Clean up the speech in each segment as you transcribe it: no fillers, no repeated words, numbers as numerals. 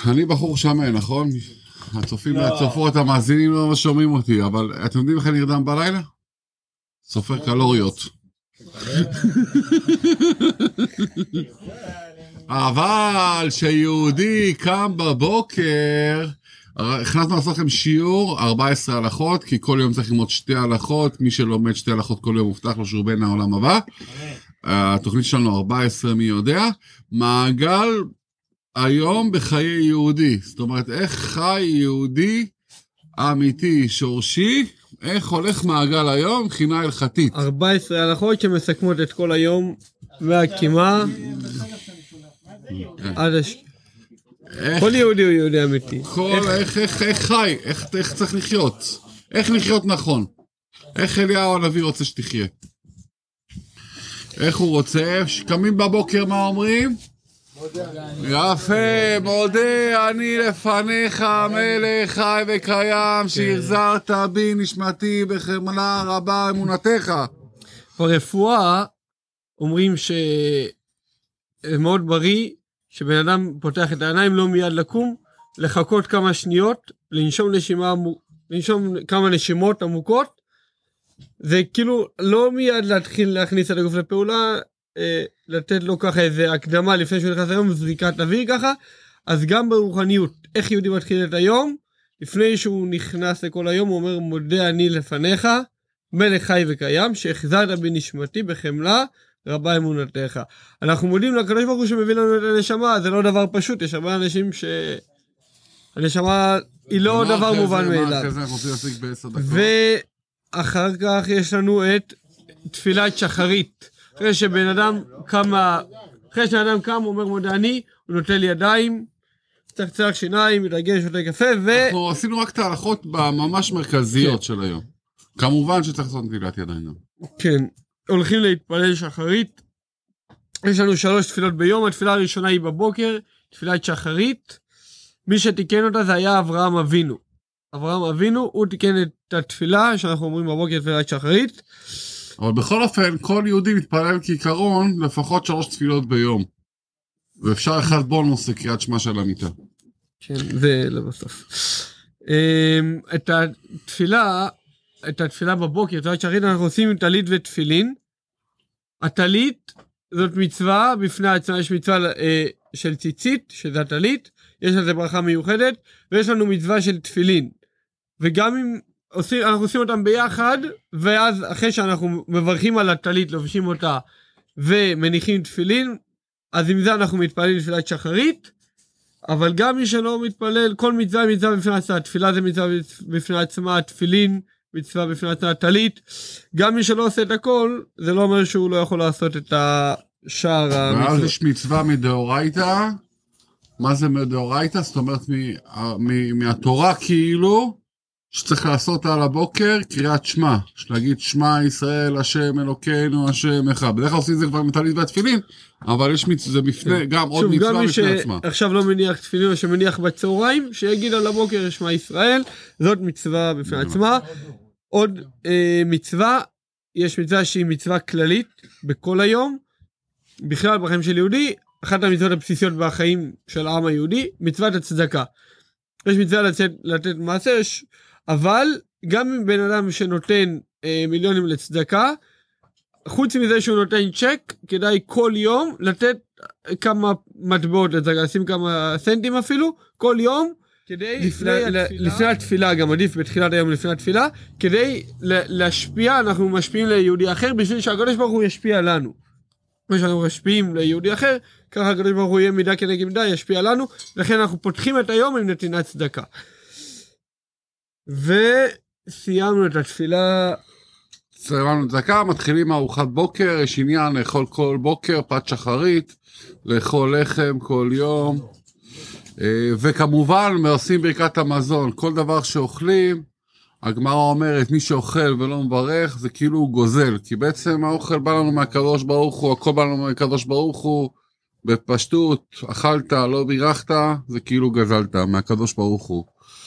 אני בחור שמן, נכון? הצופים והצופות, המאזינים לא שומעים אותי, אבל אתם יודעים איך אני נרדם בלילה? סופר קלוריות. אבל שיהודי קם בבוקר, הכנסנו לעשות לכם שיעור 14 הלכות, כי כל יום צריך ללמוד 2 הלכות, מי שלומד 2 הלכות כל יום מובטח לו שהוא בן העולם הבא. התוכנית שלנו 14 מי יודע, מעגל היום בחיי יהודי, זאת אומרת איך חי יהודי אמיתי שורשי, איך הולך מעגל היום מבחינה הלכתית. 14 הלכות שמסכמות את כל היום והקימה עד כל יהודי הוא יהודי אמיתי. איך חי, איך צריך לחיות, איך לחיות נכון, איך אליהו הנביא רוצה שתחיה, איך הוא רוצה, שקמים בבוקר מה אומרים? יפה, מודה אני לפניך מלך חי וקיים, שהחזרת בי נשמתי בחמלה רבה אמונתך. ברפואה אומרים שמאוד בריא שבן אדם פותח את העיניים לא מיד לקום, לחכות כמה שניות, לנשום כמה נשימות עמוקות, זה כאילו לא מיד להתחיל להכניס את הגוף לפעולה, לתת לו ככה איזה הקדמה לפני שהוא נכנס היום, זריקת אוויר ככה. אז גם ברוחניות, איך יהודי מתחיל את היום, לפני שהוא נכנס לכל היום, הוא אומר מודה אני לפניך מלך חי וקיים, שהחזרת בי נשמתי בחמלה רבה אמונתך. אנחנו מודים לקדוש ברוך הוא שמביא לנו את הנשמה, זה לא דבר פשוט, יש הרבה אנשים הנשמה היא לא דבר מובן מאליו. ואחר כך יש לנו את תפילת שחרית, אחרי שבן אדם קם, הוא אומר מודה אני, הוא נוטל ידיים, צחצח שיניים, מתרגש, שותה קפה, אנחנו עשינו רק את ההלכות ממש מרכזיות של היום. כמובן שצריך לעשות נטילת ידיים. כן, הולכים להתפלל שחרית, יש לנו 3 תפילות ביום, התפילה הראשונה היא בבוקר, תפילת שחרית, מי שתיקן אותה זה היה אברהם אבינו. אברהם אבינו, הוא תיקן את התפילה, שאנחנו אומרים בבוקר תפילת שחרית. אבל בכל אופן, כל יהודי מתפלל כעיקרון לפחות 3 תפילות ביום. ואפשר אחד בונוס לקריאת שמע של המיטה. כן, זה לבסוף. את התפילה בבוקר, תפילת שחרית, אנחנו עושים עם טלית ותפילין. הטלית זאת מצווה, בפני עצמה יש מצווה של ציצית, שזה הטלית, יש לזה ברכה מיוחדת, ויש לנו מצווה של תפילין. וגם אם אנחנו עושים אותם ביחד, ואז אחרי שאנחנו מברכים על הטלית, לובשים אותה ומניחים תפילין, אז עם זה אנחנו מתפללים תפילת שחרית. אבל גם מי שלא מתפלל, כל מצווה היא מצווה בפני עצמה, תפילה זה מצווה בפני עצמה, תפילין מצווה בפני עצמה, טלית. גם מי שלא עושה את הכל, זה לא אומר שהוא לא יכול לעשות את השאר המצווה. ואז יש מצווה מדאורייתא. מה זה מדאורייתא? זאת אומרת מהתורה כאילו, שצריך לעשות על הבוקר קריאת שמע, להגיד שמע ישראל השם אלוקינו השם אחד. בדרך כלל עושים את זה כבר מטלית והתפילין, אבל יש זה בפני, גם עוד מצווה בפני עצמה. גם מי שעכשיו לא מניח תפילין או שמניח בצהריים, שיגיד על הבוקר שמע ישראל, זאת מצווה בפני עצמה. עוד מצווה, יש מצווה שהיא מצווה כללית בכל היום, בכלל בחיים של יהודי, אחת המצוות הבסיסיות בחיים של העם היהודי, מצוות הצדקה. יש מצווה לתת מעשר, אבל גם אם בן אדם שנותן מיליונים לצדקה, חוץ מזה שהוא נותן צ'ק, כדאי כל יום לתת כמה מטבעות לצדקה, לשים כמה סנטים אפילו, כל יום, כדי לפני התפילה, גם עדיף בתחילת היום לפני התפילה, כדי להשפיע, אנחנו משפיעים ליהודי אחר, בשביל שהקדוש ברוך הוא ישפיע לנו. כמו שאנחנו משפיעים ליהודי אחר, ככה הקדוש ברוך הוא יהיה מידה כנגד מידה, ישפיע לנו, לכן אנחנו פותחים את היום עם נתינת צדקה. וסיימנו את התפילה. סיימנו את צדקה, מתחילים ארוחת בוקר, יש עניין לאכול כל בוקר, פת שחרית, לאכול לחם כל יום, וכמובן עושים ברכת המזון, כל דבר שאוכלים, הגמרא אומרת, מי שאוכל ולא מברך, זה כאילו הוא גוזל, כי בעצם האוכל בא לנו מהקדוש ברוך הוא, הכל בא לנו מהקדוש ברוך הוא, בפשטות, אכלת, לא בירכת, זה כאילו גזלת מהקדוש ברוך הוא.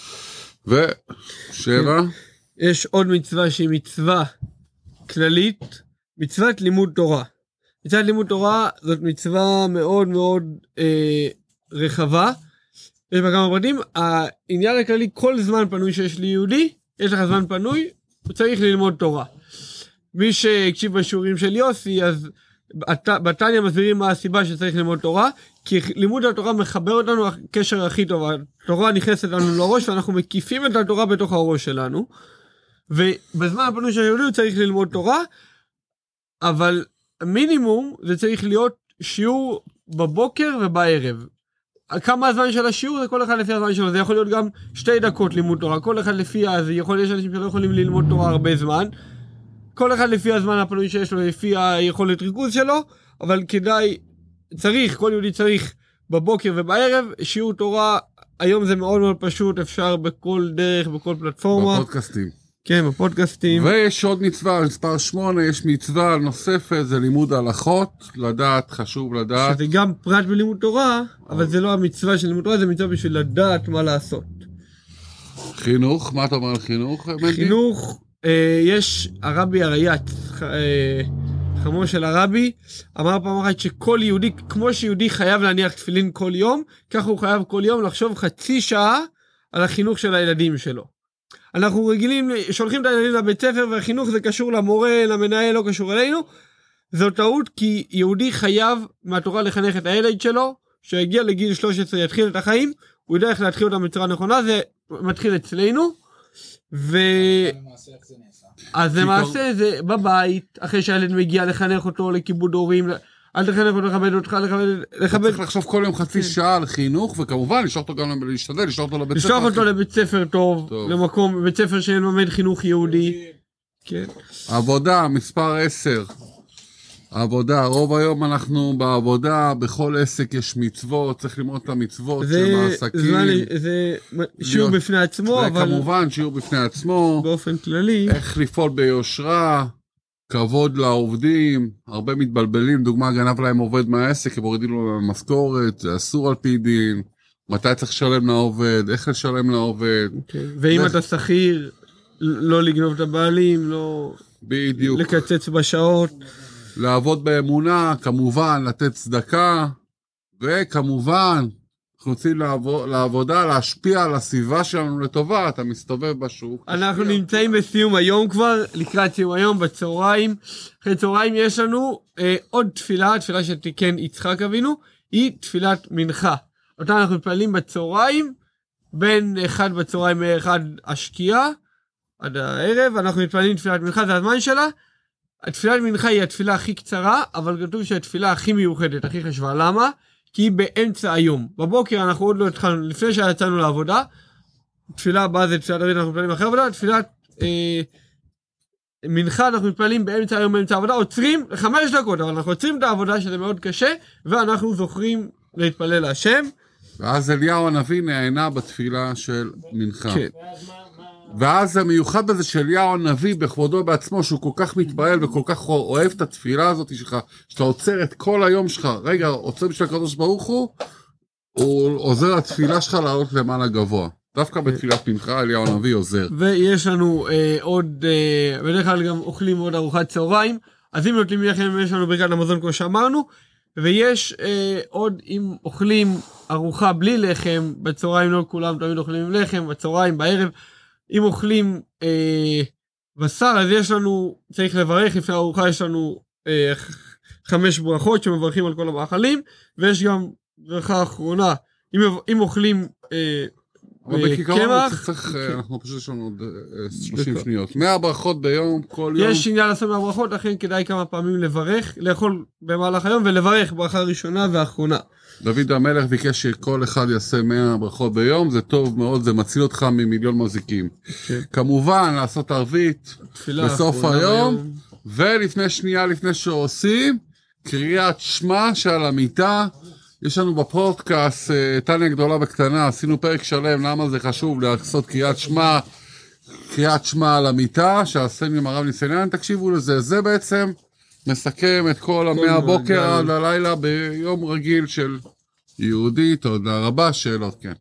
ושבע? יש עוד מצווה שהיא מצווה כללית, מצוות לימוד תורה. מצוות לימוד תורה זאת מצווה מאוד מאוד רחבה, יש בה כמה פרטים. העניין הכללי, כל זמן פנוי שיש לי יהודי, יש לך זמן פנוי, הוא צריך ללמוד תורה. מי שהקשיב בשיעורים של יוסי, אז בתניא מסבירים מה הסיבה שצריך ללמוד תורה, כי לימוד התורה מחבר אותנו הקשר הכי טוב. התורה נכנסת לנו לראש, ואנחנו מקיפים את התורה בתוך הראש שלנו, ובזמן הפנוי של היהודי הוא צריך ללמוד תורה, אבל מינימום זה צריך להיות שיעור בבוקר ובערב. כמה הזמן של השיעור זה כל אחד לפי הזמן שלו, זה יכול להיות גם 2 דקות לימוד תורה, כל אחד לפי, זה יכול, יש אנשים שלא יכולים ללמוד תורה הרבה זמן, כל אחד לפי הזמן הפנוי שיש לו, לפי היכולת ריכוז שלו, אבל כדאי, כל יהודי צריך בבוקר ובערב, שיעור תורה, היום זה מאוד מאוד פשוט, אפשר בכל דרך, בכל פלטפורמה. בפודקאסטים. כן, בפודקאסטים. ויש עוד מצווה, מספר 8, יש מצווה נוספת, זה לימוד הלכות, לדעת, חשוב לדעת. שזה גם פרט בלימוד תורה, אבל זה לא המצווה של לימוד תורה, זה מצווה בשביל לדעת מה לעשות. חינוך, מה אתה אומר על חינוך? חינוך, יש הרבי הריי"צ, חמו של הרבי, אמר פעם אחת שכל יהודי, כמו שיהודי חייב להניח תפילין כל יום, ככה הוא חייב כל יום לחשוב חצי שעה על החינוך של הילדים שלו. אנחנו רגילים, שולחים את הילדים לבית ספר, והחינוך זה קשור למורה, למנהל, לא קשור אלינו. זו טעות, כי יהודי חייב מהתורה לחנך את הילד שלו, שיגיע לגיל 13 יתחיל את החיים, הוא יודע איך להתחיל אותם בצורה נכונה, זה מתחיל אצלנו, אז למעשה זה בבית, אחרי שהילד מגיע לחנך אותו לכיבוד הורים, אל תחנך אותו, לכבד אותך, לכבד. צריך לחשוב כל יום חצי שעה על חינוך, וכמובן לשלוח אותו גם להשתדל, לשלוח אותו לבית ספר. לשלוח אותו לבית ספר טוב, למקום, בית ספר שלמד חינוך יהודי. כן. עבודה, מספר 10. עבודה, רוב היום אנחנו בעבודה, בכל עסק יש מצוות, צריך ללמוד את המצוות של העסקים. זה שיעור בפני עצמו, אבל... וכמובן שיעור בפני עצמו. באופן כללי. איך לפעול ביושרה. כבוד לעובדים, הרבה מתבלבלים, דוגמה גנב להם עובד מהעסק, הם הורידים לו משכורת, זה אסור על פי דין, מתי צריך לשלם לעובד, איך לשלם לעובד. ואם אתה שכיר, לא לגנוב את הבעלים, לא... בדיוק. לקצץ בשעות. לעבוד באמונה, כמובן, לתת צדקה, וכמובן, אנחנו רוצים לעבודה, להשפיע על הסביבה שלנו לטובה, אתה מסתובב בשוק. אנחנו נמצאים בסיום היום כבר, לקראת סיום היום, בצהריים. אחרי צהריים יש לנו עוד תפילה שתיקן יצחק אבינו, היא תפילת מנחה. אותה אנחנו מתפללים בצהריים, בין 1 בצהריים מ-1 השקיעה, עד הערב, אנחנו מתפללים תפילת מנחה, זה הזמן שלה. התפילת מנחה היא התפילה הכי קצרה, אבל כתוב שהתפילה הכי מיוחדת, הכי חשובה. למה? כי היא באמצע היום. בבוקר אנחנו עוד לא התחלנו, לפני שיצאנו לעבודה, תפילה הבאה זה תפילת ערבית, אנחנו מתפללים אחרי עבודה, תפילת מנחה אנחנו מתפללים באמצע היום, באמצע העבודה, עוצרים 5 דקות, אבל אנחנו עוצרים את העבודה שזה מאוד קשה, ואנחנו זוכרים להתפלל להשם. ואז אליהו הנביא נהנה בתפילה של מנחה. כן. ואז המיוחד בזה של אליהו הנביא בכבודו בעצמו, שהוא כל כך מתפעל וכל כך אוהב את התפילה הזאת שלך, שאתה עוצר את כל היום שלך, רגע, עוצר בשביל הקדוש ברוך הוא עוזר לתפילה שלך לעלות למעלה גבוה. דווקא בתפילת מנחה אליהו הנביא עוזר. ויש לנו עוד, בדרך כלל גם אוכלים עוד ארוחת צהריים, אז אם נוטלים לחם, יש לנו ברכת המזון כמו שאמרנו, ויש עוד, אם אוכלים ארוחה בלי לחם, בצהריים לא כולם תמיד אוכלים עם לחם, בצהריים, בערב, אם אוכלים בשר, אז יש לנו, צריך לברך, לפני הארוחה יש לנו 5 ברכות שמברכים על כל המאכלים, ויש גם ברכה אחרונה, אם אוכלים קמח, אנחנו פשוט יש לנו עוד 30 שניות, 100 ברכות ביום, כל יום. יש עניין לעשות מהברכות, לכן כדאי כמה פעמים לברך, לאכול במהלך היום, ולברך ברכה ראשונה ואחרונה. דוד המלך ביקש שכל אחד יעשה 100 ברכות ביום, זה טוב מאוד, זה מציל אותך ממיליון מזיקים. כמובן, לעשות ערבית בסוף היום, לפני שעושים, קריאת שמע שעל המיטה, יש לנו בפודקאסט, תניה גדולה וקטנה, עשינו פרק שלם, למה זה חשוב לעשות קריאת שמע על המיטה, שעשינו עם הרב ניסניאן, תקשיבו לזה, זה בעצם מסכם את כל 100 בוקר עד הלילה ביום רגיל של יהודי. תודה רבה, שאלות כן.